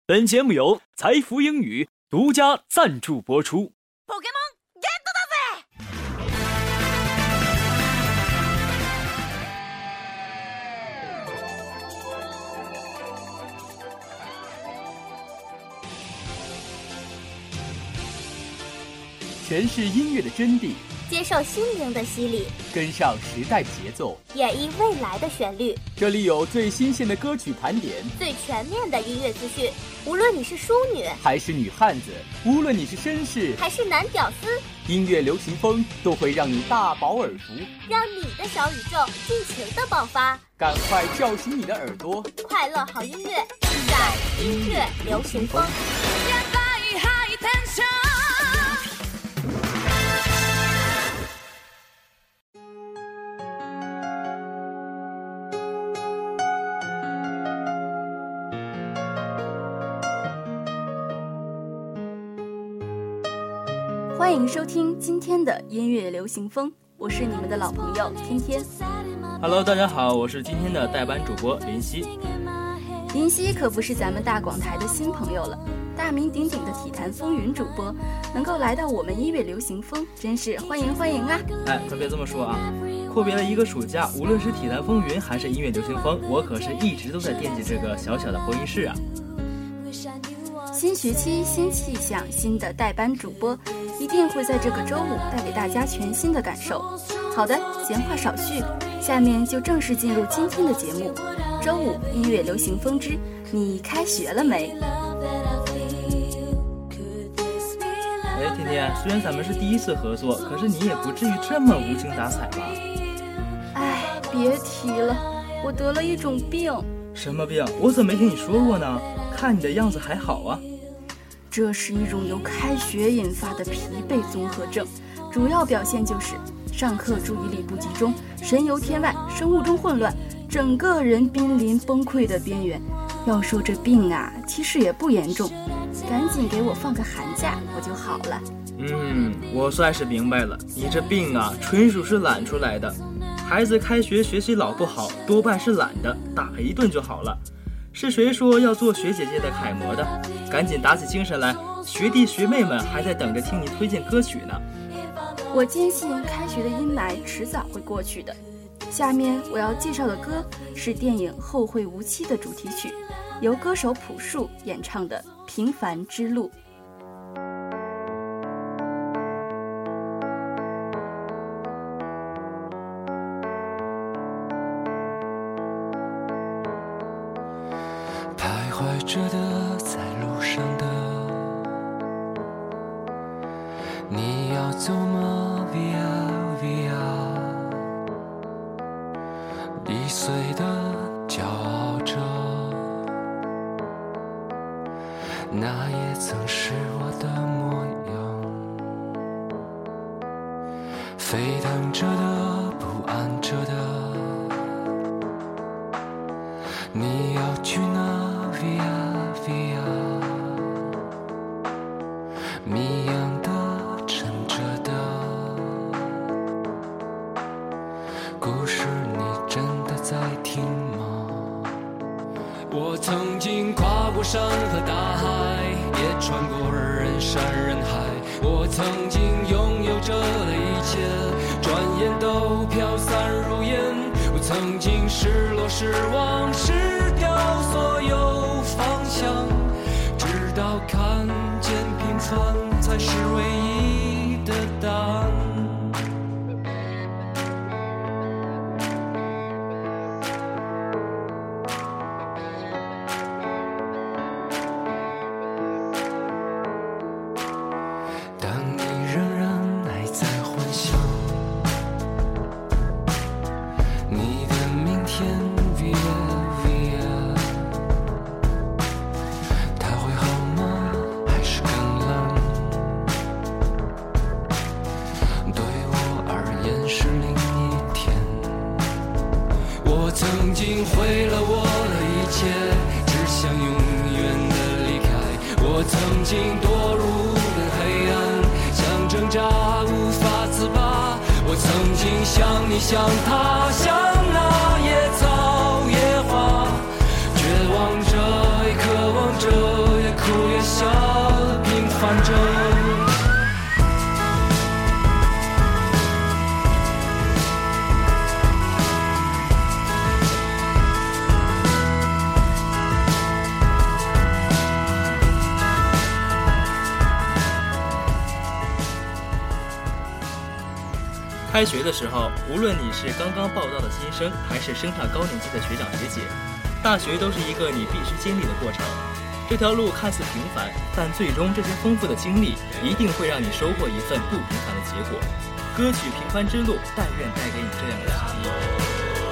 本节目由财富英语独家赞助播出。 诠释音乐的真谛， 接受心灵的洗礼， 跟上时代的节奏， 演绎未来的旋律。 这里有最新鲜的歌曲盘点， 最全面的音乐资讯。无论你是淑女还是女汉子，无论你是绅士还是男屌丝， 音乐流行风都会让你大饱耳福， 让你的小宇宙尽情的爆发。 赶快叫醒你的耳朵， 快乐好音乐在音乐流行风。 欢迎收听今天的音乐流行风，我是你们的老朋友天天。 Hello， 大家好，我是今天的代班主播林夕。 林夕可不是咱们大广台的新朋友了，大名鼎鼎的体坛风云主播，能够来到我们音乐流行风，真是欢迎欢迎啊！ 哎，可别这么说啊！阔别了一个暑假，无论是体坛风云还是音乐流行风，我可是一直都在惦记这个小小的播音室啊。 新学期新气象，新的代班主播一定会在这个周五带给大家全新的感受。好的，闲话少叙，下面就正式进入今天的节目。周五音乐流行风之你开学了没？ 哎，天天，虽然咱们是第一次合作，可是你也不至于这么无精打采吧？ 哎，别提了，我得了一种病。 什么病？我怎么没听你说过呢？看你的样子还好啊。 这是一种由开学引发的疲惫综合症，主要表现就是上课注意力不集中，神游天外，生物钟混乱，整个人濒临崩溃的边缘。要说这病啊，其实也不严重，赶紧给我放个寒假，我就好了。 我算是明白了，你这病啊，纯属是懒出来的。孩子开学学习老不好，多半是懒的，打一顿就好了。是谁说要做学姐姐的楷模的？赶紧打起精神来，学弟学妹们还在等着听你推荐歌曲呢。 我坚信开学的阴霾迟早会过去的。下面我要介绍的歌是电影《后会无期》的主题曲，由歌手朴树演唱的《平凡之路》。 徘徊着的，在路上的，你要走吗 ？Via Via， 易碎的骄傲着，那也曾是我的模样。沸腾着的，不安着的，你要去哪？Via Via， 谜样的，沉着的，故事你真的在听吗？我曾经跨过山和大海，也穿过人山人海。我曾经拥有着的一切，转眼都飘散如烟。我曾经失落失望失掉所有方向，直到看见平凡才是唯一的答案。当你仍然还在幻想你的明天 Via Via， 它会好吗？还是更冷？对我而言是另一天。我曾经毁了我的一切，只想永远的离开。我曾经堕入黑暗，想挣扎无法自拔。我曾经像你像他，像那野草野花，绝望着也渴望着开学的时候，无论你是刚刚报到的新生，还是升上高年级的学长学姐，大学都是一个你必须经历的过程。这条路看似平凡，但最终这些丰富的经历一定会让你收获一份不平凡的结果。歌曲《平凡之路》但愿带给你这样的体验。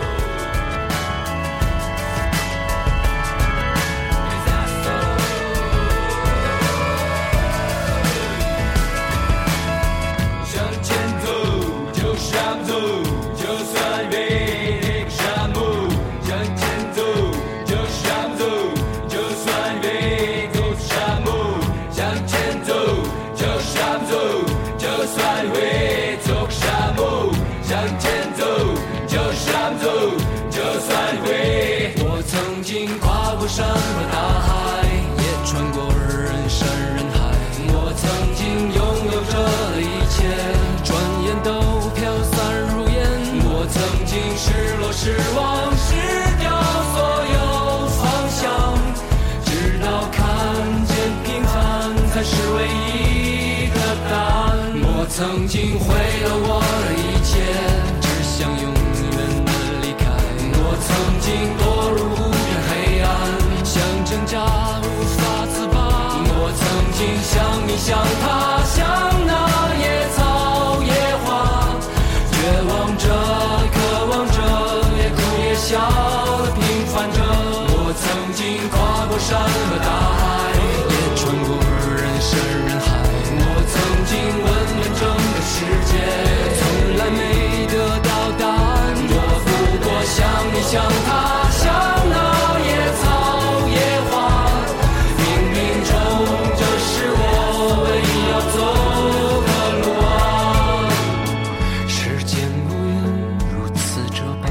山和大海，也穿过人山人海。我曾经拥有着一切，转眼都飘散如烟。我曾经失落失望失掉所有方向，直到看见平凡才是唯一的答案。我曾经毁了我的一切，只想永远的离开。我曾经堕入无边黑暗，想挣扎无法自拔。我曾经像你像他像那野草野花，绝望着渴望着也哭也笑的平凡着。我曾经跨过山和大海，也穿过人山人海。我曾经问遍整个世界，从来没得到答案。我不过像你像他像那野草野花，冥冥中这是我唯一要走的路啊。时间无言如此这般，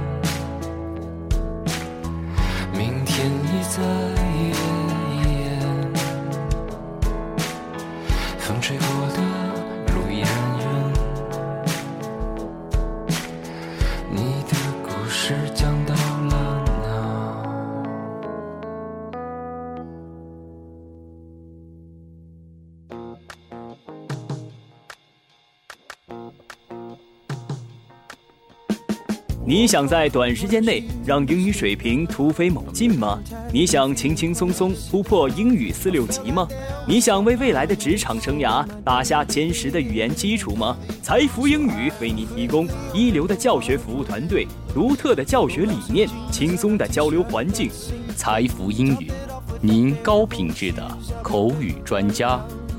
明天已在眼前，风吹过的路依然远，你的故事讲到了哪？ 你想在短时间内让英语水平突飞猛进吗？你想轻轻松松突破英语4、6级吗？你想为未来的职场生涯打下坚实的语言基础吗？财富英语为你提供一流的教学服务团队、独特的教学理念、轻松的交流环境。财富英语，您高品质的口语专家。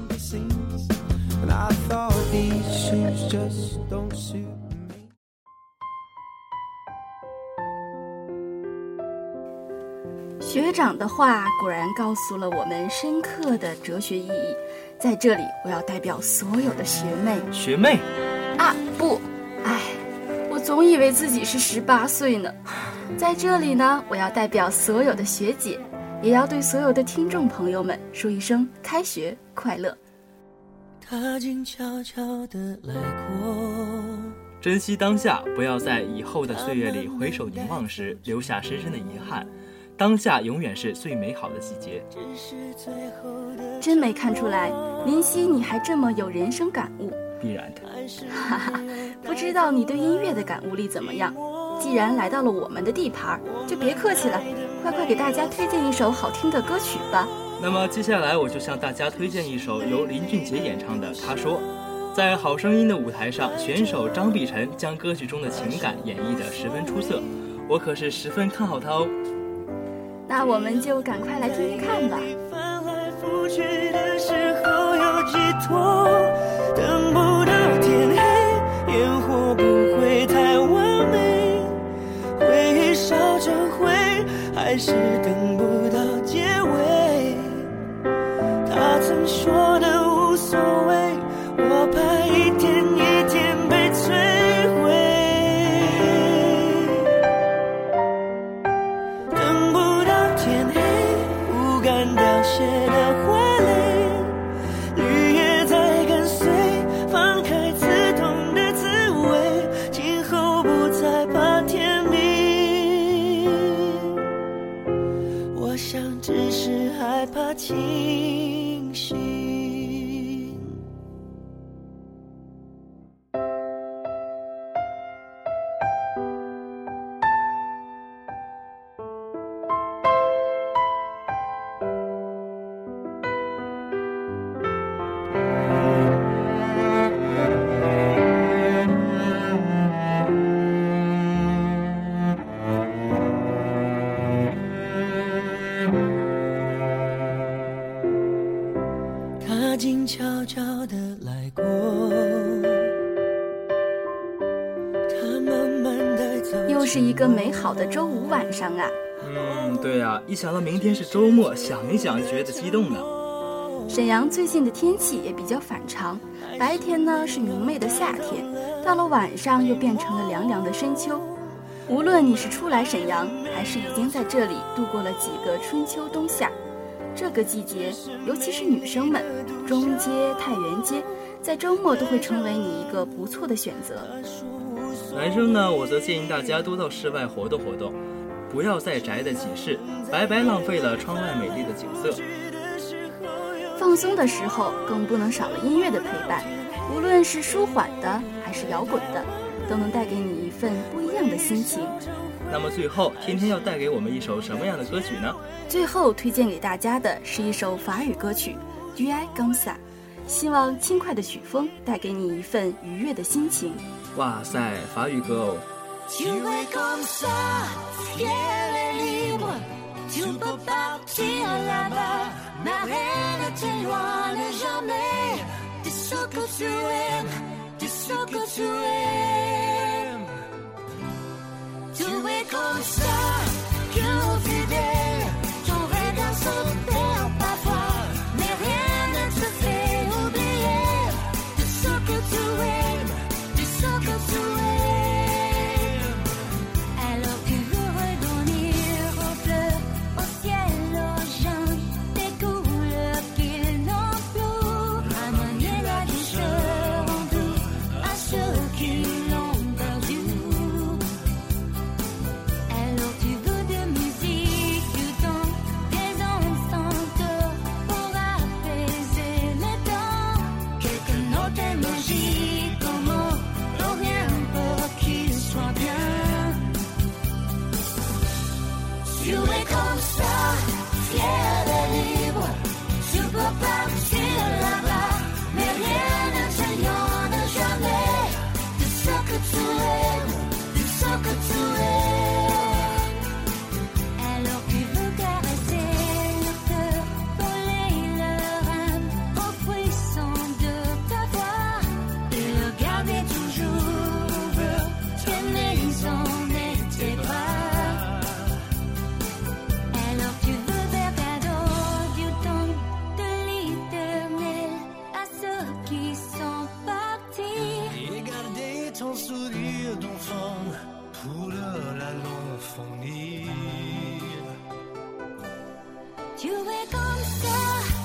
学长的话果然告诉了我们深刻的哲学意义。在这里，我要代表所有的学妹。 学妹啊，不，我总以为自己是18岁呢。在这里呢，我要代表所有的学姐，也要对所有的听众朋友们说一声开学快乐。 他静悄悄地来过， 珍惜当下，不要在以后的岁月里回首凝望时留下深深的遗憾。当下永远是最美好的季节。 真没看出来，林夕你还这么有人生感悟。 必然的。 哈哈，不知道你对音乐的感悟力怎么样？既然来到了我们的地盘，就别客气了，快给大家推荐一首好听的歌曲吧。 那么接下来我就向大家推荐一首由林俊杰演唱的《他说》。在好声音的舞台上，选手张碧晨将歌曲中的情感演绎得十分出色，我可是十分看好他哦。 那我们就赶快来听听看吧。 翻来覆去的时候有寄托，等不到天黑，烟火不会太完美，回忆烧成灰，还是等不到结尾。他曾说的无所谓，我怕一天一天被摧毁。等不到天黑，不敢凋谢的花蕾，绿叶在跟随，放开刺痛的滋味，今后不再怕天明。我想只是害怕清醒。 他静悄悄地来过，他慢慢地走。 又是一个美好的周五晚上啊！ 对啊，一想到明天是周末，想一想就觉得激动呢。 沈阳最近的天气也比较反常，白天呢是明媚的夏天，到了晚上又变成了凉凉的深秋。无论你是初来沈阳，还是已经在这里度过了几个春秋冬夏，这个季节，尤其是女生们，中街、太原街，在周末都会成为你一个不错的选择。 男生呢，我则建议大家多到室外活动活动，不要再宅在寝室，白白浪费了窗外美丽的景色。 放松的时候，更不能少了音乐的陪伴，无论是舒缓的还是摇滚的，都能带给你一份不一样的心情。 那么最后，天天要带给我们一首什么样的歌曲呢？ 最后推荐给大家的是一首法语歌曲《Du ai comme ça》，希望轻快的曲风带给你一份愉悦的心情。 哇塞，法语歌哦 Tu es comme ça, fier et libre, tu peux partir là-bas, ma reine ne t'éloigne jamais de ce que tu aimes, de ce que tu aimes. Tu es comme ça, que fidèle, ton regard se perd parfois, mais rien ne te fait oublier de ce que tu aimes, de ce que tu Tu es comme ça,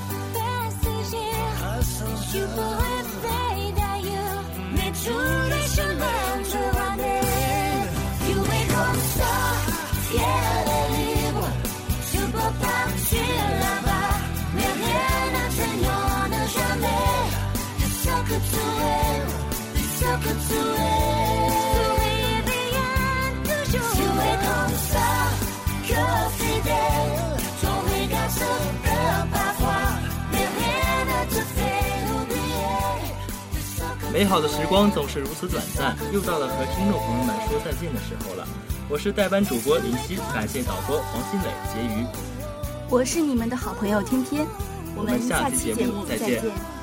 passager, tu pourrais faire d'ailleurs, mais tous les chemins te ramènent. Tu es comme ça, fier et libre, tu peux partir là-bas, mais rien ne t'éloigne jamais de ce que tu aimes, de ce que tu aimes. Souris bien toujours. Tu es comme ça, que fidèle. 美好的时光总是如此短暂，又到了和听众朋友们说再见的时候了。我是代班主播林夕，感谢导播黄新磊、婕妤。 我是你们的好朋友天天，我们下期节目再见。